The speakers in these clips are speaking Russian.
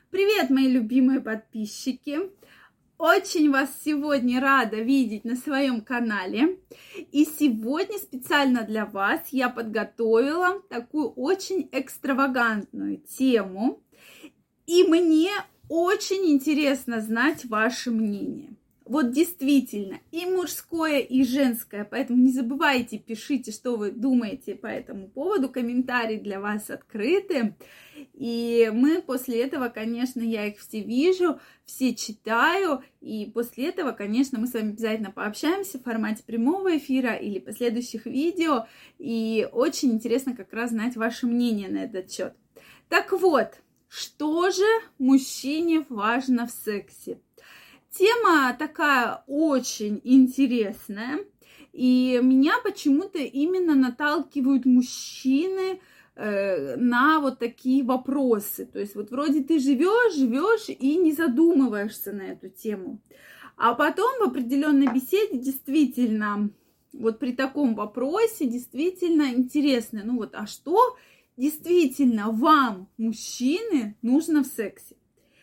Привет, мои любимые подписчики! Очень вас сегодня рада видеть на своем канале. И сегодня специально для вас я подготовила такую очень экстравагантную тему. И мне очень интересно знать ваше мнение. Вот действительно, и мужское, и женское. Поэтому не забывайте, пишите, что вы думаете по этому поводу. Комментарии для вас открыты. И мы после этого, конечно, я их все вижу, все читаю. И после этого, конечно, мы с вами обязательно пообщаемся в формате прямого эфира или последующих видео. И очень интересно как раз знать ваше мнение на этот счет. Так вот, что же мужчине важно в сексе? Тема такая очень интересная, и меня почему-то именно наталкивают мужчины на вот такие вопросы. То есть вот вроде ты живешь и не задумываешься на эту тему. А потом в определенной беседе действительно, вот при таком вопросе действительно интересно, а что действительно вам, мужчины, нужно в сексе?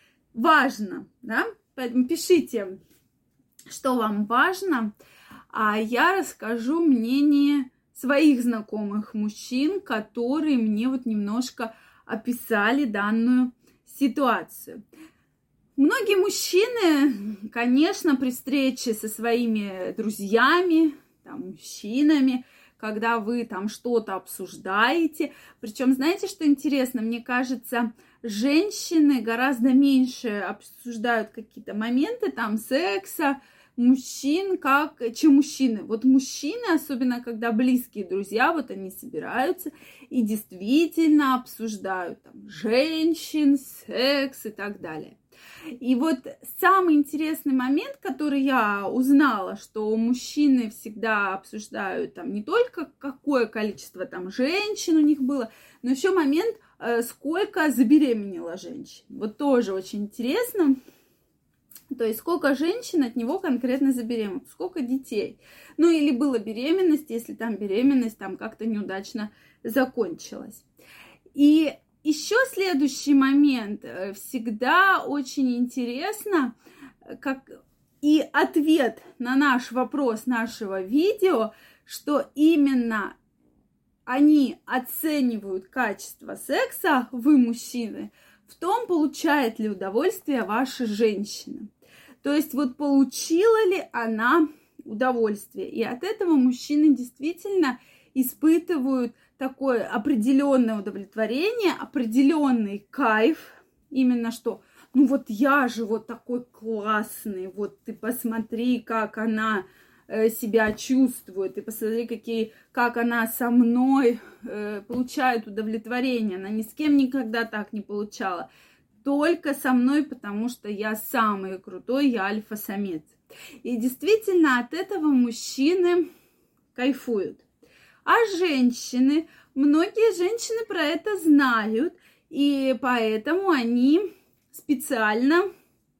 Важно, да? Поэтому пишите, что вам важно, а я расскажу мнение своих знакомых мужчин, которые мне вот немножко описали данную ситуацию. Многие мужчины, конечно, при встрече со своими друзьями, мужчинами, когда вы там что-то обсуждаете. Причем, знаете, что интересно? Мне кажется, женщины гораздо меньше обсуждают какие-то моменты секса, мужчин, чем мужчины. Вот мужчины, особенно когда близкие друзья, вот они собираются и действительно обсуждают женщин, секс и так далее. И вот самый интересный момент, который я узнала, что мужчины всегда обсуждают не только какое количество женщин у них было, но еще момент, сколько забеременела женщин. Вот тоже очень интересно. То есть сколько женщин от него конкретно забеременела, сколько детей. Или была беременность, если беременность как-то неудачно закончилась. И еще следующий момент. Всегда очень интересно, и ответ на наш вопрос нашего видео, что именно они оценивают качество секса, вы, мужчины, в том, получает ли удовольствие ваша женщина. То есть вот получила ли она удовольствие. И от этого мужчины действительно испытывают такое определенное удовлетворение, определенный кайф. Именно что, я же такой классный, вот ты посмотри, как она себя чувствует, и посмотри, как она со мной получает удовлетворение. Она ни с кем никогда так не получала. Только со мной, потому что я самый крутой, я альфа-самец. И действительно от этого мужчины кайфуют. А женщины, многие женщины про это знают, и поэтому они специально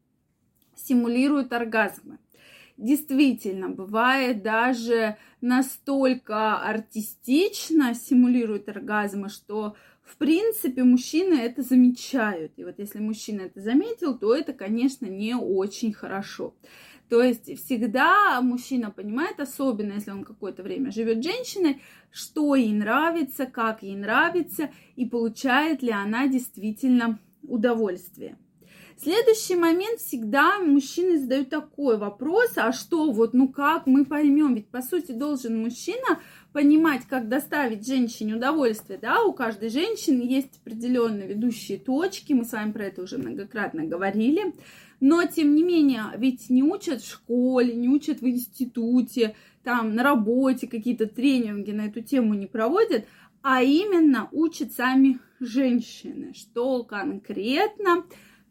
симулируют оргазмы. Действительно, бывает даже настолько артистично симулируют оргазмы, что, в принципе, мужчины это замечают. И вот если мужчина это заметил, то это, конечно, не очень хорошо. То есть всегда мужчина понимает, особенно если он какое-то время живет с женщиной, что ей нравится, как ей нравится, и получает ли она действительно удовольствие. Следующий момент, всегда мужчины задают такой вопрос, а что, как мы поймем? Ведь, по сути, должен мужчина понимать, как доставить женщине удовольствие, да, у каждой женщины есть определенные ведущие точки, мы с вами про это уже многократно говорили, но, тем не менее, ведь не учат в школе, не учат в институте, на работе какие-то тренинги на эту тему не проводят, а именно учат сами женщины, что конкретно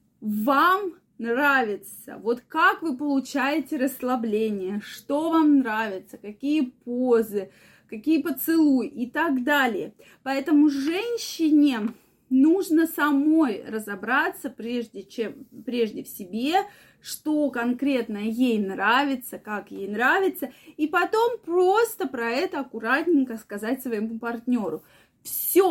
вам нравится, как вы получаете расслабление, что вам нравится, какие позы, какие поцелуи и так далее. Поэтому женщине нужно самой разобраться прежде в себе, что конкретно ей нравится, как ей нравится, и потом просто про это аккуратненько сказать своему партнеру. Все.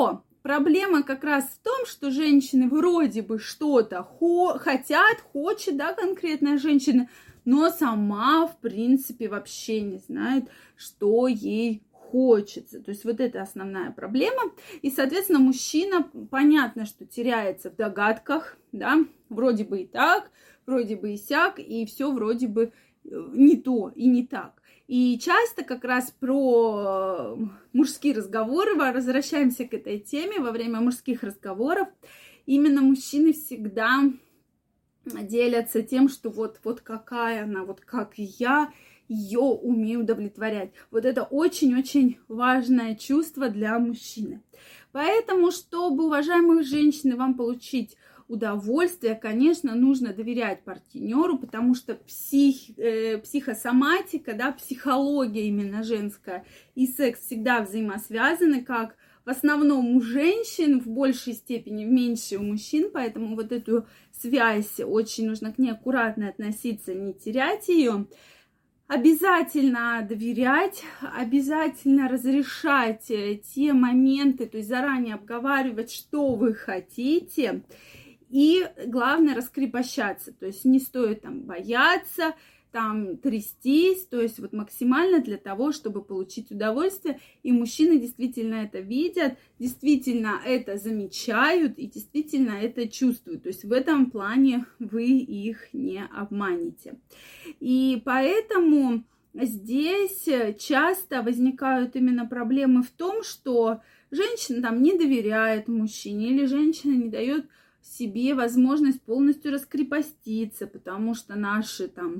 Проблема как раз в том, что женщины вроде бы что-то хотят, хочет, да, конкретная женщина, но сама, в принципе, вообще не знает, что ей хочется. То есть вот это основная проблема. И, соответственно, мужчина, понятно, что теряется в догадках, да, вроде бы и так, вроде бы и сяк, и все вроде бы не то и не так. И часто как раз про мужские разговоры, возвращаемся к этой теме, во время мужских разговоров именно мужчины всегда делятся тем, что вот какая она, вот как я ее умею удовлетворять. Вот это очень-очень важное чувство для мужчины. Поэтому, чтобы, уважаемые женщины, вам получить удовольствие, конечно, нужно доверять партнеру, потому что психосоматика, да, психология именно женская и секс всегда взаимосвязаны, как в основном у женщин, в большей степени, в меньшей у мужчин, поэтому вот эту связь очень нужно к ней аккуратно относиться, не терять ее. Обязательно доверять, обязательно разрешать те моменты, то есть заранее обговаривать, что вы хотите. И главное раскрепощаться, то есть не стоит там бояться, там трястись, то есть вот максимально для того, чтобы получить удовольствие. И мужчины действительно это видят, действительно это замечают и действительно это чувствуют. То есть в этом плане вы их не обманете. И поэтому здесь часто возникают именно проблемы в том, что женщина там не доверяет мужчине или женщина не дает себе возможность полностью раскрепоститься, потому что наше там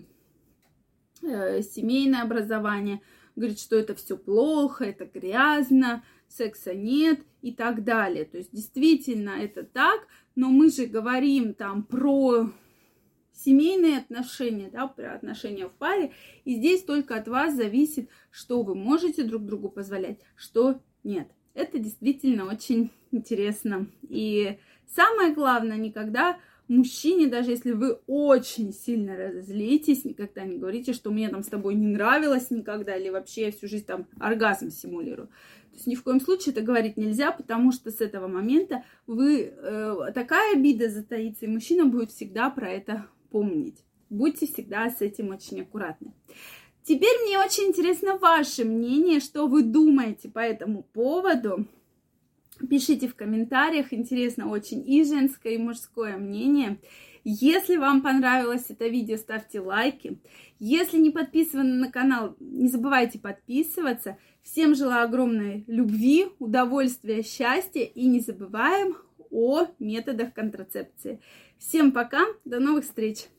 семейное образование говорит, что это все плохо, это грязно, секса нет и так далее. То есть действительно это так, но мы же говорим там про семейные отношения, да, про отношения в паре, и здесь только от вас зависит, что вы можете друг другу позволять, что нет. Это действительно очень интересно. И самое главное, никогда мужчине, даже если вы очень сильно разозлитесь, никогда не говорите, что мне там с тобой не нравилось никогда, или вообще я всю жизнь там оргазм симулирую. То есть ни в коем случае это говорить нельзя, потому что с этого момента такая обида затаится, и мужчина будет всегда про это помнить. Будьте всегда с этим очень аккуратны. Теперь мне очень интересно ваше мнение, что вы думаете по этому поводу. Пишите в комментариях, интересно очень и женское, и мужское мнение. Если вам понравилось это видео, ставьте лайки. Если не подписаны на канал, не забывайте подписываться. Всем желаю огромной любви, удовольствия, счастья и не забываем о методах контрацепции. Всем пока, до новых встреч!